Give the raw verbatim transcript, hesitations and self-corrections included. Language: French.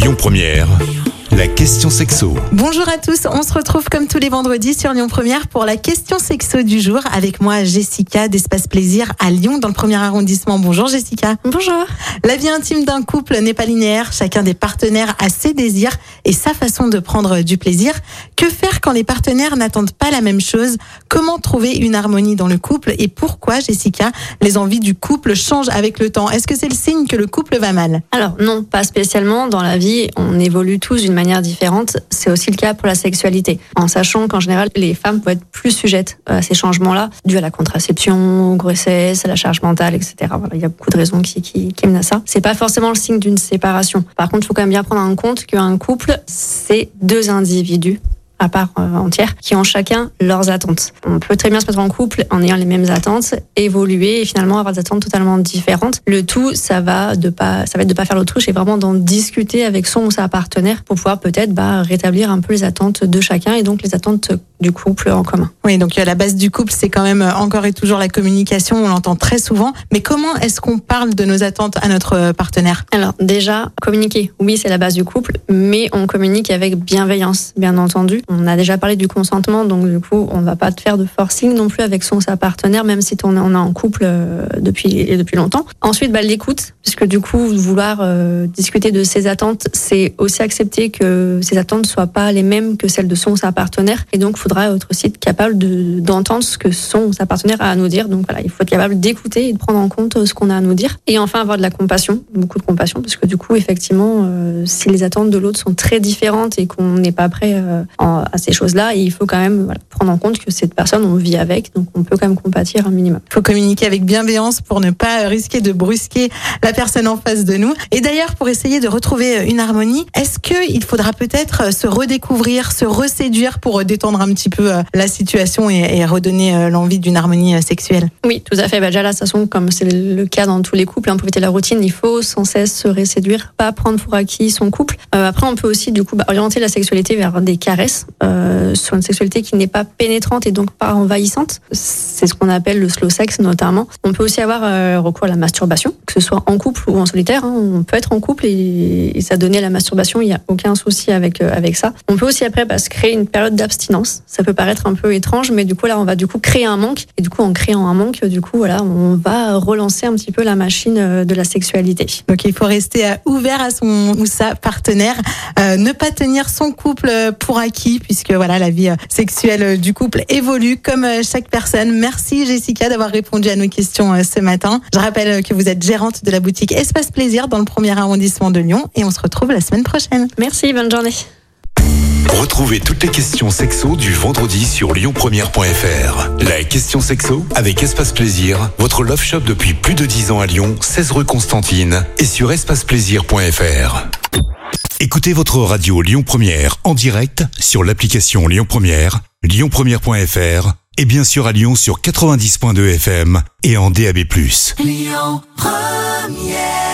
Lyon Première, la question sexo. Bonjour à tous, on se retrouve comme tous les vendredis sur Lyon Première pour la question sexo du jour avec moi Jessica d'Espace Plaisir à Lyon dans le premier arrondissement. Bonjour Jessica. Bonjour. La vie intime d'un couple n'est pas linéaire, chacun des partenaires a ses désirs et sa façon de prendre du plaisir. Que faire quand les partenaires n'attendent pas la même chose? Comment trouver une harmonie dans le couple et pourquoi Jessica, les envies du couple changent avec le temps? Est-ce que c'est le signe que le couple va mal? Alors non, pas spécialement. Dans la vie, on évolue tous d'une manière différente. C'est aussi le cas pour la sexualité. En sachant qu'en général, les femmes peuvent être plus sujettes à ces changements-là, dus à la contraception, aux grossesses, à la charge mentale, et cetera. Voilà, il y a beaucoup de raisons qui, qui, qui mènent à ça. C'est pas forcément le signe d'une séparation. Par contre, il faut quand même bien prendre en compte qu'un couple, c'est deux individus à part euh, entière, qui ont chacun leurs attentes. On peut très bien se mettre en couple en ayant les mêmes attentes, évoluer et finalement avoir des attentes totalement différentes. Le tout, ça va de pas, ça va être de pas faire l'autruche et vraiment d'en discuter avec son ou sa partenaire pour pouvoir peut-être bah, rétablir un peu les attentes de chacun et donc les attentes du couple en commun. Oui, donc à la base du couple, c'est quand même encore et toujours la communication, on l'entend très souvent. Mais comment est-ce qu'on parle de nos attentes à notre partenaire? Alors déjà, communiquer, oui, c'est la base du couple, mais on communique avec bienveillance, bien entendu. On a déjà parlé du consentement, donc du coup, on ne va pas faire de forcing non plus avec son ou sa partenaire, même si on est en couple euh, depuis, depuis longtemps. Ensuite, bah, l'écoute, puisque du coup, vouloir euh, discuter de ses attentes, c'est aussi accepter que ses attentes ne soient pas les mêmes que celles de son ou sa partenaire. Et donc, il faudra être aussi capable de, d'entendre ce que son ou sa partenaire a à nous dire. Donc voilà, il faut être capable d'écouter et de prendre en compte ce qu'on a à nous dire. Et enfin, avoir de la compassion, beaucoup de compassion, parce que du coup, effectivement, euh, si les attentes de l'autre sont très différentes et qu'on n'est pas prêt euh, en, à ces choses-là, il faut quand même voilà, prendre en compte que cette personne, on vit avec, donc on peut quand même compatir un minimum. Il faut communiquer avec bienveillance pour ne pas risquer de brusquer la personne en face de nous. Et d'ailleurs, pour essayer de retrouver une harmonie, est-ce qu'il faudra peut-être se redécouvrir, se reséduire pour détendre un petit peu la situation et, et redonner l'envie d'une harmonie sexuelle? Oui, tout à fait. Bah déjà là, de toute façon, comme c'est le cas dans tous les couples, hein, pour éviter la routine, il faut sans cesse se reséduire, pas prendre pour acquis son couple. Euh, après, on peut aussi du coup bah, orienter la sexualité vers des caresses, euh, sur une sexualité qui n'est pas pénétrante et donc pas envahissante. C'est ce qu'on appelle le slow sex notamment. On peut aussi avoir euh, recours à la masturbation, que ce soit en couple ou en solitaire. Hein. On peut être en couple et, et s'adonner à la masturbation, il n'y a aucun souci avec, euh, avec ça. On peut aussi après bah, se créer une période d'abstinence. Ça peut paraître un peu étrange, mais du coup là, on va du coup créer un manque. Et du coup, en créant un manque, du coup, voilà, on va relancer un petit peu la machine de la sexualité. Donc il faut rester ouvert à son ou sa partenaire, euh, ne pas tenir son couple pour acquis, puisque voilà, la vie sexuelle du couple évolue comme chaque personne. Merci Jessica d'avoir répondu à nos questions ce matin. Je rappelle que vous êtes gérante de la boutique Espace Plaisir dans le premier arrondissement de Lyon et on se retrouve la semaine prochaine. Merci, bonne journée. Retrouvez toutes les questions sexo du vendredi sur lyon première point f r. La question sexo avec Espace Plaisir, votre love shop depuis plus de dix ans à Lyon, seize rue Constantine et sur espace plaisir point f r. Écoutez votre radio Lyon Première en direct sur l'application Lyon Première, lyon première point f r et bien sûr à Lyon sur quatre-vingt-dix point deux F M et en D A B plus. Lyon Première.